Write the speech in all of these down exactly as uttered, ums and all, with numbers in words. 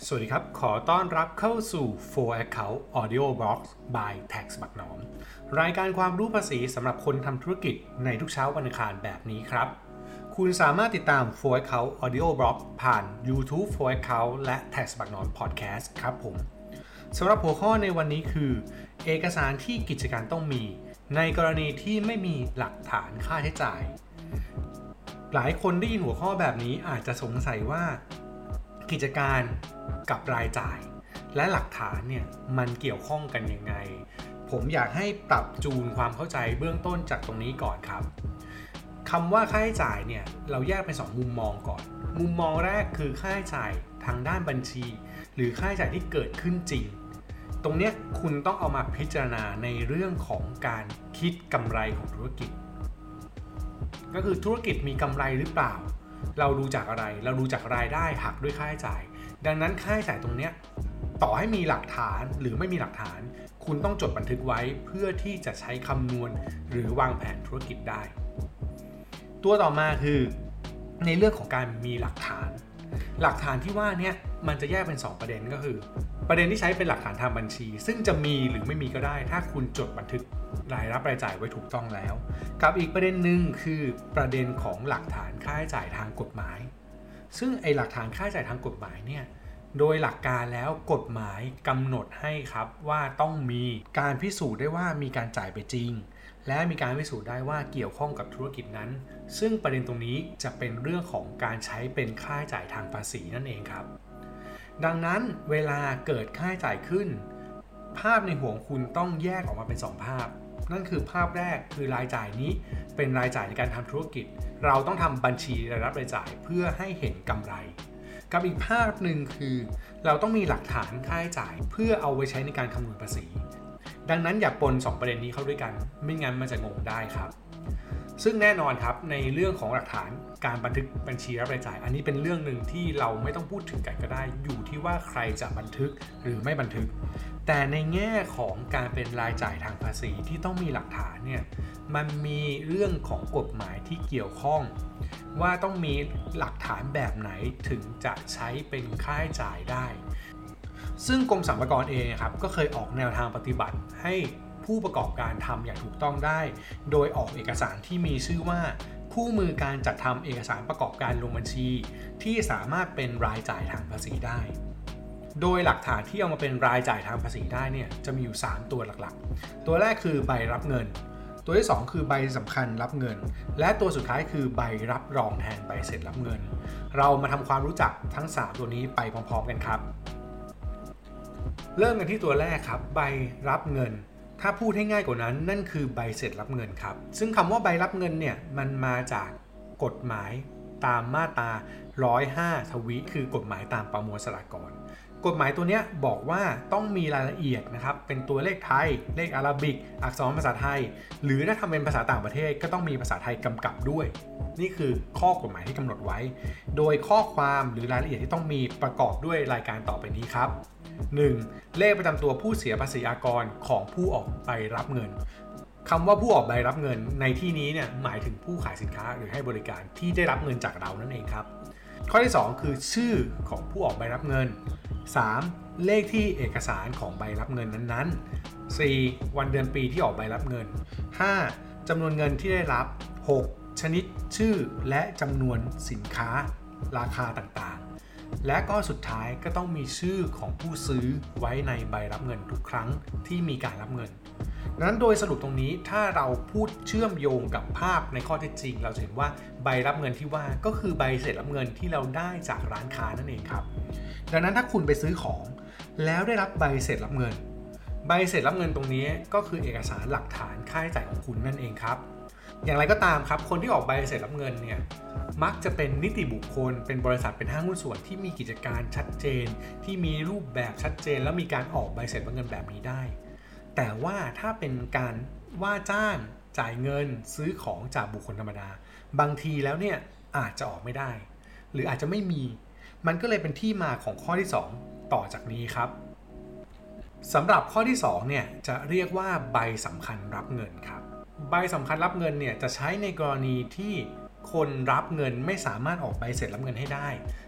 สวัสดีครับขอต้อนรับเข้าสู่ โฟร์ Account Audio Blog by Tax บักหนอมรายการความรู้ภาษีสำหรับคนทำธุรกิจในทุกเช้าวันอังคารแบบนี้ครับคุณสามารถติดตาม โฟร์ Account Audio Blog ผ่าน YouTube โฟร์ Account และ Tax บักหนอม Podcast ครับผมสำหรับหัวข้อในวันนี้คือเอกสารที่กิจการต้องมีในกรณีที่ไม่มีหลักฐานค่าใช้จ่ายหลายคนได้ยินหัวข้อแบบนี้อาจจะสงสัยว่ากิจการกับรายจ่ายและหลักฐานเนี่ยมันเกี่ยวข้องกันยังไงผมอยากให้ปรับจูนความเข้าใจเบื้องต้นจากตรงนี้ก่อนครับคำว่าค่าใช้จ่ายเนี่ยเราแยกเป็นสองมุมมองก่อนมุมมองแรกคือค่าใช้จ่ายทางด้านบัญชีหรือค่าใช้จ่ายที่เกิดขึ้นจริงตรงเนี้ยคุณต้องเอามาพิจารณาในเรื่องของการคิดกำไรของธุรกิจก็คือธุรกิจมีกำไรหรือเปล่าเราดูจากอะไรเราดูจากรายได้หักด้วยค่าใช้จ่ายดังนั้นค่าใช้จ่ายตรงเนี้ยต่อให้มีหลักฐานหรือไม่มีหลักฐานคุณต้องจดบันทึกไว้เพื่อที่จะใช้คำนวณหรือวางแผนธุรกิจได้ตัวต่อมาคือในเรื่องของการมีหลักฐานหลักฐานที่ว่านี้มันจะแยกเป็นสองประเด็นก็คือประเด็นที่ใช้เป็นหลักฐานทางบัญชีซึ่งจะมีหรือไม่มีก็ได้ถ้าคุณจดบันทึกรายรับรายจ่ายไว้ถูกต้องแล้วกับอีกประเด็นหนึ่งคือประเด็นของหลักฐานค่าใช้จ่ายทางกฎหมายซึ่งไอหลักฐานค่าใช้จ่ายทางกฎหมายเนี่ยโดยหลักการแล้วกฎหมายกำหนดให้ครับว่าต้องมีการพิสูจน์ได้ว่ามีการจ่ายไปจริงและมีการพิสูจน์ได้ว่าเกี่ยวข้องกับธุรกิจนั้นซึ่งประเด็นตรงนี้จะเป็นเรื่องของการใช้เป็นค่าใช้จ่ายทางภาษีนั่นเองครับดังนั้นเวลาเกิดค่าใช้จ่ายขึ้นภาพในหัวของคุณต้องแยกออกมาเป็นสองภาพนั่นคือภาพแรกคือรายจ่ายนี้เป็นรายจ่ายในการทำธุรกิจเราต้องทำบัญชีรายรับรายจ่ายเพื่อให้เห็นกำไรกับอีกภาพหนึ่งคือเราต้องมีหลักฐานค่าใช้จ่ายเพื่อเอาไว้ใช้ในการคำนวณภาษีดังนั้นอย่าปนสองประเด็นนี้เข้าด้วยกันไม่งั้นมันจะงงได้ครับซึ่งแน่นอนครับในเรื่องของหลักฐานการบันทึกบัญชีรับรายจ่ายอันนี้เป็นเรื่องหนึ่งที่เราไม่ต้องพูดถึงกันก็ได้อยู่ที่ว่าใครจะบันทึกหรือไม่บันทึกแต่ในแง่ของการเป็นรายจ่ายทางภาษีที่ต้องมีหลักฐานเนี่ยมันมีเรื่องของกฎหมายที่เกี่ยวข้องว่าต้องมีหลักฐานแบบไหนถึงจะใช้เป็นค่าใช้จ่ายได้ซึ่งกรมสรรพากรเองครับก็เคยออกแนวทางปฏิบัติให้ผู้ประกอบการทำอย่างถูกต้องได้โดยออกเอกสารที่มีชื่อว่าคู่มือการจัดทำเอกสารประกอบการลงบัญชีที่สามารถเป็นรายจ่ายทางภาษีได้โดยหลักฐานที่เอามาเป็นรายจ่ายทางภาษีได้เนี่ยจะมีอยู่สามตัวหลักๆตัวแรกคือใบรับเงินตัวที่สองคือใบสำคัญรับเงินและตัวสุดท้ายคือใบรับรองแทนใบเสร็จรับเงินเรามาทำความรู้จักทั้งสามตัวนี้ไปพร้อมๆกันครับเริ่มกันที่ตัวแรกครับใบรับเงินถ้าพูดให้ง่ายกว่านั้นนั่นคือใบเสร็จรับเงินครับซึ่งคำว่าใบรับเงินเนี่ยมันมาจากกฎหมายตามมาตราหนึ่งร้อยห้าทวิคือกฎหมายตามประมวลสหกรณ์กฎหมายตัวนี้บอกว่าต้องมีรายละเอียดนะครับเป็นตัวเลขไทยเลขอาราบิกอักษรภาษาไทยหรือถ้าทำเป็นภาษาต่างประเทศก็ต้องมีภาษาไทยกำกับด้วยนี่คือข้อกฎหมายที่กำหนดไว้โดยข้อความหรือรายละเอียดที่ต้องมีประกอบด้วยรายการต่อไปนี้ครับหนึ่งเลขประจำตัวผู้เสียภาษีอากรของผู้ออกใบรับเงินคำว่าผู้ออกใบรับเงินในที่นี้เนี่ยหมายถึงผู้ขายสินค้าหรือให้บริการที่ได้รับเงินจากเรานั่นเองครับข้อที่สองคือชื่อของผู้ออกใบรับเงินสามเลขที่เอกสารของใบรับเงินนั้นๆสี่วันเดือนปีที่ออกใบรับเงินห้าจำนวนเงินที่ได้รับหกชนิดชื่อและจำนวนสินค้าราคาต่างๆและก็สุดท้ายก็ต้องมีชื่อของผู้ซื้อไว้ในใบรับเงินทุกครั้งที่มีการรับเงินดังนั้นโดยสรุปตรงนี้ถ้าเราพูดเชื่อมโยงกับภาพในข้อเท็จจริงเราจะเห็นว่าใบรับเงินที่ว่าก็คือใบเสร็จรับเงินที่เราได้จากร้านค้านั่นเองครับดังนั้นถ้าคุณไปซื้อของแล้วได้รับใบเสร็จรับเงินใบเสร็จรับเงินตรงนี้ก็คือเอกสารหลักฐานค่าใช้จ่ายของคุณนั่นเองครับอย่างไรก็ตามครับคนที่ออกใบเสร็จรับเงินเนี่ยมักจะเป็นนิติบุคคลเป็นบริษัทเป็นห้างหุ้นส่วนที่มีกิจการชัดเจนที่มีรูปแบบชัดเจนแล้วมีการออกใบเสร็จรับเงินแบบนี้ได้แต่ว่าถ้าเป็นการว่าจ้างจ่ายเงินซื้อของจากบุคคลธรรมดาบางทีแล้วเนี่ยอาจจะออกไม่ได้หรืออาจจะไม่มีมันก็เลยเป็นที่มาของข้อที่สองต่อจากนี้ครับสำหรับข้อที่สองเนี่ยจะเรียกว่าใบสำคัญรับเงินครับใบสำคัญรับเงินเนี่ยจะใช้ในกรณีที่คนรับเงินไม่สามารถออกใบเสร็จรับเงินให้ได้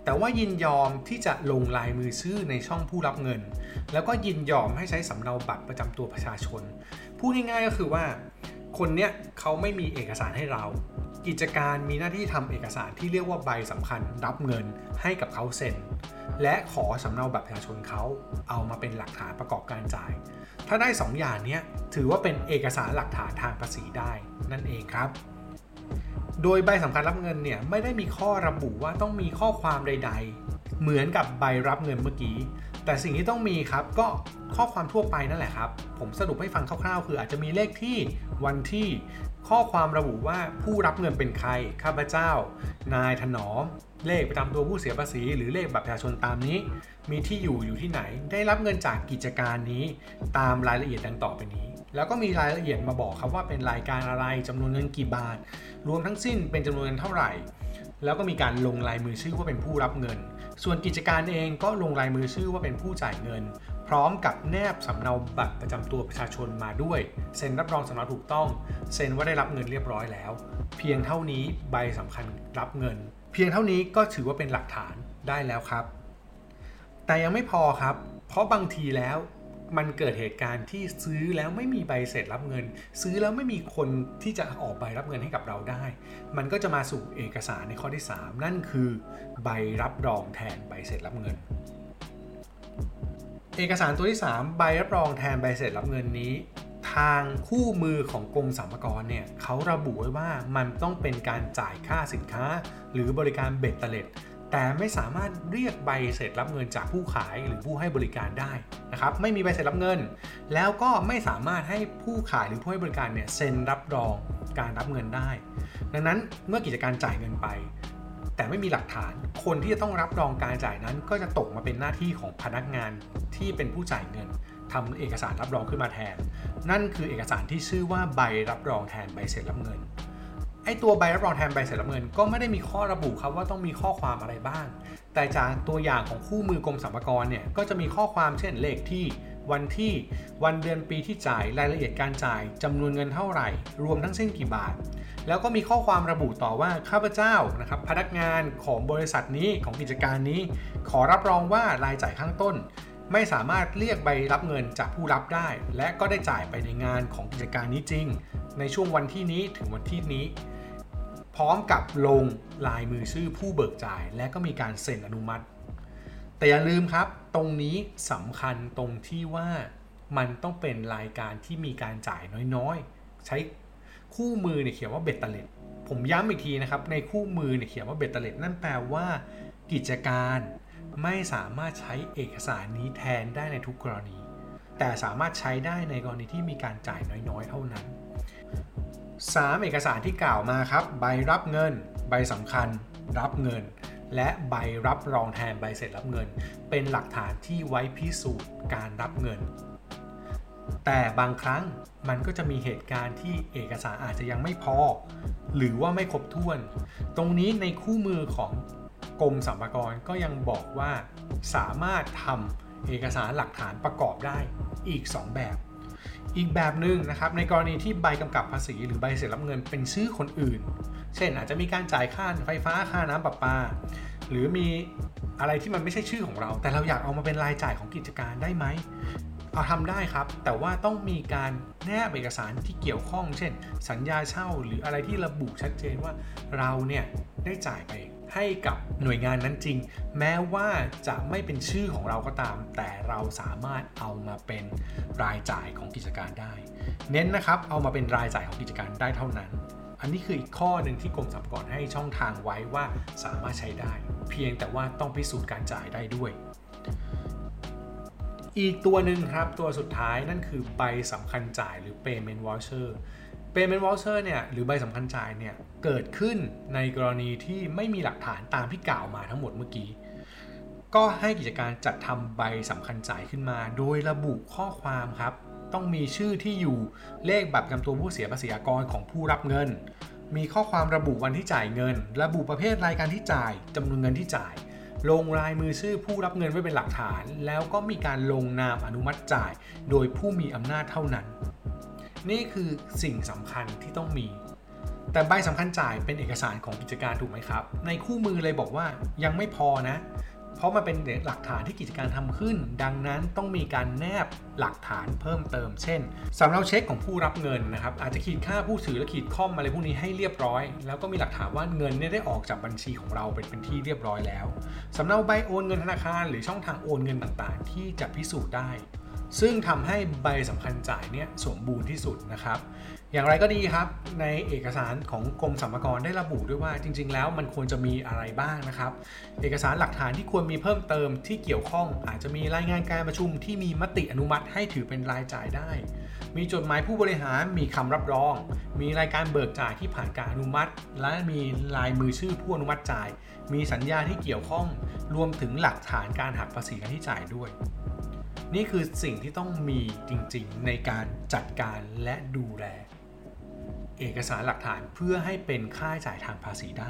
แต่ว่ายินยอมที่จะลงลายมือชื่อในช่องผู้รับเงินแล้วก็ยินยอมให้ใช้สำเนาบัตรประจำตัวประชาชนพูดง่ายๆก็คือว่าคนเนี้ยเขาไม่มีเอกสารให้เรากิจการมีหน้าที่ทำเอกสารที่เรียกว่าใบสำคัญรับเงินให้กับเขาเซ็นและขอสำเนาบัตรประชาชนเขาเอามาเป็นหลักฐานประกอบการจ่ายถ้าได้สองอย่างนี้ถือว่าเป็นเอกสารหลักฐานทางภาษีได้นั่นเองครับโดยใบสำคัญรับเงินเนี่ยไม่ได้มีข้อระบุว่าต้องมีข้อความใดๆเหมือนกับใบรับเงินเมื่อกี้แต่สิ่งที่ต้องมีครับก็ข้อความทั่วไปนั่นแหละครับผมสรุปให้ฟังคร่าวๆคืออาจจะมีเลขที่วันที่ข้อความระบุว่าผู้รับเงินเป็นใครข้าพเจ้านายถนอมเลขประจำตัวผู้เสียภาษีหรือเลขบัตรประชาชนตามนี้มีที่อยู่อยู่ที่ไหนได้รับเงินจากกิจการนี้ตามรายละเอียดดังต่อไปนี้แล้วก็มีรายละเอียดมาบอกครับว่าเป็นรายการอะไรจำนวนเงินกี่บาทรวมทั้งสิ้นเป็นจำนวนเงินเท่าไหร่แล้วก็มีการลงลายมือชื่อว่าเป็นผู้รับเงินส่วนกิจการเองก็ลงลายมือชื่อว่าเป็นผู้จ่ายเงินพร้อมกับแนบสำเนาบัตรประจำตัวประชาชนมาด้วยเซ็นรับรองสำเนาถูกต้องเซ็นว่าได้รับเงินเรียบร้อยแล้วเพียงเท่านี้ใบสำคัญรับเงินเพียงเท่านี้ก็ถือว่าเป็นหลักฐานได้แล้วครับแต่ยังไม่พอครับเพราะบางทีแล้วมันเกิดเหตุการณ์ที่ซื้อแล้วไม่มีใบเสร็จรับเงินซื้อแล้วไม่มีคนที่จะออกใบรับเงินให้กับเราได้มันก็จะมาสู่เอกสารในข้อที่สามนั่นคือใบรับรองแทนใบเสร็จรับเงินเอกสารตัวที่สามใบรับรองแทนใบเสร็จรับเงินนี้ทางคู่มือของกรมสรรพากรเนี่ยเขาระบุไว้ว่ามันต้องเป็นการจ่ายค่าสินค้าหรือบริการเบ็ดเตล็ดแต่ไม่สามารถเรียกใบเสร็จรับเงินจากผู้ขายหรือผู้ให้บริการได้นะครับไม่มีใบเสร็จรับเงินแล้วก็ไม่สามารถให้ผู้ขายหรือผู้ให้บริการเนี่ยเซ็นรับรองการรับเงินได้ดังนั้นเมื่อกิจการจ่ายเงินไปแต่ไม่มีหลักฐานคนที่จะต้องรับรองการจ่ายนั้นก็จะตกมาเป็นหน้าที่ของพนักงานที่เป็นผู้จ่ายเงินทำเอกสารรับรองขึ้นมาแทนนั่นคือเอกสารที่ชื่อว่าใบรับรองแทนใบเสร็จรับเงินไอตัวใบรับรองแทนใบเสร็จรับเงินก็ไม่ได้มีข้อระบุครับว่าต้องมีข้อความอะไรบ้างแต่จากตัวอย่างของคู่มือกรมสรรพากรเนี่ยก็จะมีข้อความเช่นเลขที่วันที่วันเดือนปีที่จ่ายรายละเอียดการจ่ายจำนวนเงินเท่าไหร่รวมทั้งสิ้นกี่บาทแล้วก็มีข้อความระบุต่อว่าข้าพเจ้านะครับพนักงานของบริษัทนี้ของกิจการนี้ขอรับรองว่ารายจ่ายข้างต้นไม่สามารถเรียกใบรับเงินจากผู้รับได้และก็ได้จ่ายไปในงานของกิจการนี้จริงในช่วงวันที่นี้ถึงวันที่นี้พร้อมกับลงลายมือชื่อผู้เบิกจ่ายและก็มีการเซ็นอนุมัติแต่อย่าลืมครับตรงนี้สำคัญตรงที่ว่ามันต้องเป็นรายการที่มีการจ่ายน้อยๆใช้คู่มือเนี่ยเขียนว่าเบ็ดเตล็ดผมย้ำอีกทีนะครับในคู่มือเนี่ยเขียนว่าเบ็ดเตล็ดนั่นแปลว่ากิจการไม่สามารถใช้เอกสารนี้แทนได้ในทุกกรณีแต่สามารถใช้ได้ในกรณีที่มีการจ่ายน้อยๆเท่านั้นสามเอกสารที่กล่าวมาครับใบรับเงินใบสำคัญรับเงินและใบรับรองแทนใบเสร็จรับเงินเป็นหลักฐานที่ไว้พิสูจน์การรับเงินแต่บางครั้งมันก็จะมีเหตุการณ์ที่เอกสารอาจจะยังไม่พอหรือว่าไม่ครบถ้วนตรงนี้ในคู่มือของกรมสรรพากรก็ยังบอกว่าสามารถทำเอกสารหลักฐานประกอบได้อีกสองแบบอีกแบบหนึ่งนะครับในกรณีที่ใบกำกับภาษีหรือใบเสร็จรับเงินเป็นชื่อคนอื่นเช่นอาจจะมีการจ่ายค่าไฟฟ้าค่าน้ำประปาหรือมีอะไรที่มันไม่ใช่ชื่อของเราแต่เราอยากเอามาเป็นรายจ่ายของกิจการได้ไหมเอาทำได้ครับแต่ว่าต้องมีการแนบเอกสารที่เกี่ยวข้องเช่นสัญญาเช่าหรืออะไรที่ระบุชัดเจนว่าเราเนี่ยได้จ่ายไปให้กับหน่วยงานนั้นจริงแม้ว่าจะไม่เป็นชื่อของเราก็ตามแต่เราสามารถเอามาเป็นรายจ่ายของกิจการได้เน้นนะครับเอามาเป็นรายจ่ายของกิจการได้เท่านั้นอันนี้คืออีกข้อหนึ่งที่กรมสรรพากรให้ช่องทางไว้ว่าสามารถใช้ได้เพียงแต่ว่าต้องพิสูจน์การจ่ายได้ด้วยอีกตัวหนึ่งครับตัวสุดท้ายนั่นคือใบสำคัญจ่ายหรือ payment voucher payment voucher เนี่ยหรือใบสำคัญจ่ายเนี่ยเกิดขึ้นในกรณีที่ไม่มีหลักฐานตามที่กล่าวมาทั้งหมดเมื่อกี้ก็ให้กิจการจัดทำใบสำคัญจ่ายขึ้นมาโดยระบุข้อความครับต้องมีชื่อที่อยู่เลขบัตรประจำตัวผู้เสียภาษีอากรของผู้รับเงินมีข้อความระบุวันที่จ่ายเงินระบุประเภทรายการที่จ่ายจำนวนเงินที่จ่ายลงลายมือชื่อผู้รับเงินไว้เป็นหลักฐานแล้วก็มีการลงนามอนุมัติจ่ายโดยผู้มีอำนาจเท่านั้นนี่คือสิ่งสำคัญที่ต้องมีแต่ใบสำคัญจ่ายเป็นเอกสารของกิจการถูกไหมครับในคู่มือเลยบอกว่ายังไม่พอนะเพราะมันเป็นหลักฐานที่กิจการทำขึ้นดังนั้นต้องมีการแนบหลักฐานเพิ่มเติมเช่นสำเนาเช็คของผู้รับเงินนะครับอาจจะขีดค่าผู้ถือและขีดข้อมอะไรพวกนี้ให้เรียบร้อยแล้วก็มีหลักฐานว่าเงินเนี่ยได้ออกจากบัญชีของเราเป็นเป็นที่เรียบร้อยแล้วสำเนาใบโอนเงินธนาคารหรือช่องทางโอนเงินต่างๆที่จะพิสูจน์ได้ซึ่งทำให้ใบสำคัญจ่ายเนี่ยสมบูรณ์ที่สุดนะครับอย่างไรก็ดีครับในเอกสารของกรมสรรพากรได้ระบุด้วยว่าจริงๆแล้วมันควรจะมีอะไรบ้างนะครับเอกสารหลักฐานที่ควรมีเพิ่มเติมที่เกี่ยวข้องอาจจะมีรายงานการประชุมที่มีมติอนุมัติให้ถือเป็นรายจ่ายได้มีจดหมายผู้บริหารมีคำรับรองมีรายการเบิกจ่ายที่ผ่านการอนุมัติและมีลายมือชื่อผู้อนุมัติจ่ายมีสัญญาที่เกี่ยวข้องรวมถึงหลักฐานการหักภาษีค่าใช้จ่ายด้วยนี่คือสิ่งที่ต้องมีจริงๆในการจัดการและดูแลเอกสารหลักฐานเพื่อให้เป็นค่าใช้จ่ายทางภาษีได้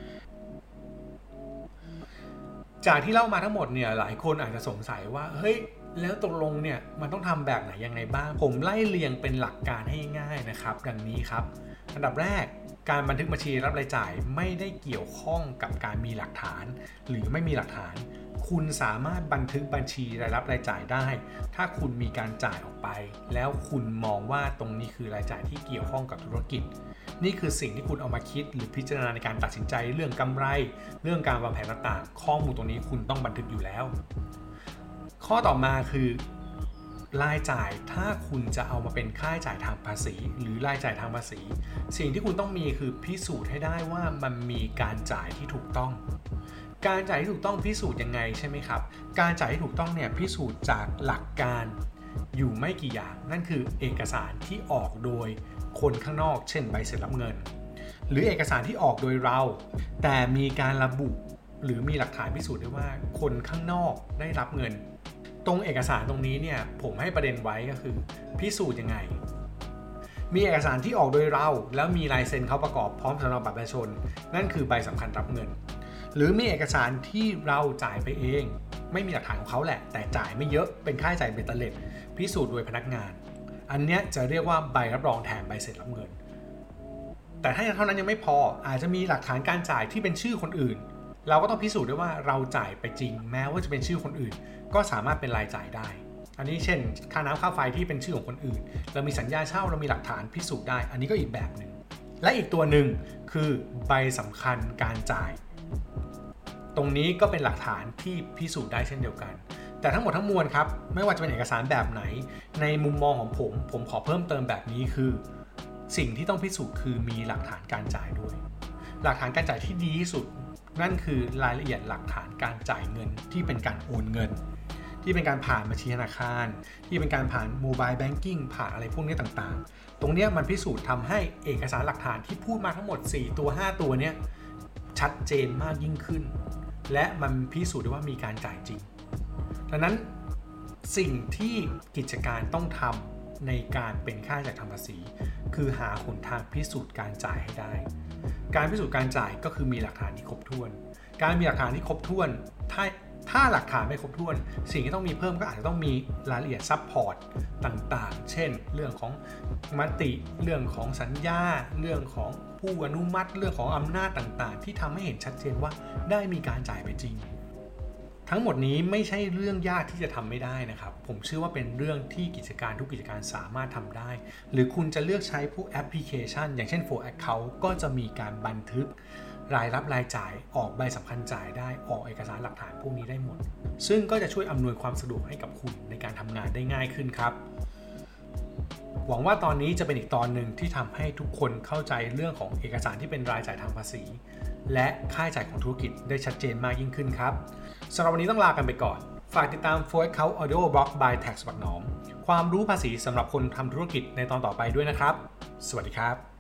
จากที่เล่ามาทั้งหมดเนี่ยหลายคนอาจจะสงสัยว่าเฮ้ยแล้วตกลงเนี่ยมันต้องทำแบบไหนยังไงบ้างผมไล่เรียงเป็นหลักการให้ง่ายนะครับดังนี้ครับอันดับแรกการบันทึกบัญชีรับรายจ่ายไม่ได้เกี่ยวข้องกับการมีหลักฐานหรือไม่มีหลักฐานคุณสามารถบันทึกบัญชีรายรับรายจ่ายได้ถ้าคุณมีการจ่ายออกไปแล้วคุณมองว่าตรงนี้คือรายจ่ายที่เกี่ยวข้องกับธุรกิจนี่คือสิ่งที่คุณเอามาคิดหรือพิจารณาในการตัดสินใจเรื่องกำไรเรื่องการวางแผนต่างๆข้อมูลตรงนี้คุณต้องบันทึกอยู่แล้วข้อต่อมาคือรายจ่ายถ้าคุณจะเอามาเป็นค่าใช้จ่ายทางภาษีหรือรายจ่ายทางภาษีสิ่งที่คุณต้องมีคือพิสูจน์ให้ได้ว่ามันมีการจ่ายที่ถูกต้องการจ่ายที่ถูกต้องพิสูจน์ยังไงใช่ไหมครับการจ่ายที่ถูกต้องเนี่ยพิสูจน์จากหลักการอยู่ไม่กี่อย่างนั่นคือเอกสารที่ออกโดยคนข้างนอกเช่นใบเสร็จรับเงินหรือเอกสารที่ออกโดยเราแต่มีการระบุหรือมีหลักฐานพิสูจน์ได้ว่าคนข้างนอกได้รับเงินตรงเอกสารตรงนี้เนี่ยผมให้ประเด็นไว้ก็คือพิสูจน์ยังไงมีเอกสารที่ออกโดยเราแล้วมีลายเซ็นเขาประกอบพร้อมสำเนาบัตรประชาชนนั่นคือใบสำคัญรับเงินหรือมีเอกสารที่เราจ่ายไปเองไม่มีหลักฐานของเขาแหละแต่จ่ายไม่เยอะเป็นค่าใช้จ่ายเบ็ดเตล็ดพิสูจน์โดยพนักงานอันนี้จะเรียกว่าใบรับรองแทนใบเสร็จรับเงินแต่ถ้าเท่านั้นยังไม่พออาจจะมีหลักฐานการจ่ายที่เป็นชื่อคนอื่นเราก็ต้องพิสูจน์ด้วยว่าเราจ่ายไปจริงแม้ว่าจะเป็นชื่อคนอื่นก็สามารถเป็นรายจ่ายได้อันนี้เช่นค่าน้ำค่าไฟที่เป็นชื่อของคนอื่นเรามีสัญญาเช่าเรามีหลักฐานพิสูจน์ได้อันนี้ก็อีกแบบหนึ่งและอีกตัวหนึ่งคือใบสำคัญการจ่ายตรงนี้ก็เป็นหลักฐานที่พิสูจน์ได้เช่นเดียวกันแต่ทั้งหมดทั้งมวลครับไม่ว่าจะเป็นเอกสารแบบไหนในมุมมองของผมผมขอเพิ่มเติมแบบนี้คือสิ่งที่ต้องพิสูจน์คือมีหลักฐานการจ่ายด้วยหลักฐานการจ่ายที่ดีที่สุดนั่นคือรายละเอียดหลักฐานการจ่ายเงินที่เป็นการโอนเงินที่เป็นการผ่านบัญชีธนาคารที่เป็นการผ่านโมบายแบงกิ้งผ่านอะไรพวกนี้ต่างๆตรงนี้มันพิสูจน์ทำให้เอกสารหลักฐานที่พูดมาทั้งหมดสี่ตัวห้าตัวเนี้ยชัดเจนมากยิ่งขึ้นและมันพิสูจน์ได้ว่ามีการจ่ายจริงดังนั้นสิ่งที่กิจการต้องทำในการเป็นค่าใช้จ่ายทางภาษีคือหาหนทางพิสูจน์การจ่ายให้ได้การพิสูจน์การจ่ายก็คือมีหลักฐานที่ครบถ้วนการมีหลักฐานที่ครบถ้วนถ้าถ้าหลักฐานไม่ครบถ้วนสิ่งที่ต้องมีเพิ่มก็อาจจะต้องมีรายละเอียดซัพพอร์ตต่างๆเช่นเรื่องของมติเรื่องของสัญญาเรื่องของผู้อนุมัติเรื่องของอำนาจต่างๆที่ทำให้เห็นชัดเจนว่าได้มีการจ่ายไปจริงทั้งหมดนี้ไม่ใช่เรื่องยากที่จะทำไม่ได้นะครับผมเชื่อว่าเป็นเรื่องที่กิจการทุกกิจการสามารถทำได้หรือคุณจะเลือกใช้พวกแอปพลิเคชันอย่างเช่น โฟร์ Account ก็จะมีการบันทึกรายรับรายจ่ายออกใบสำคัญจ่ายได้ออกเอกสารหลักฐานพวกนี้ได้หมดซึ่งก็จะช่วยอำนวยความสะดวกให้กับคุณในการทำงานได้ง่ายขึ้นครับหวังว่าตอนนี้จะเป็นอีกตอนหนึ่งที่ทำให้ทุกคนเข้าใจเรื่องของเอกสารที่เป็นรายจ่ายทางภาษีและค่าใช้จ่ายของธุรกิจได้ชัดเจนมากยิ่งขึ้นครับสำหรับวันนี้ต้องลากันไปก่อนฝากติดตาม โฟร์ Account Audio Blog by Tax บักหนอมความรู้ภาษีสำหรับคนทำธุรกิจในตอนต่อไปด้วยนะครับสวัสดีครับ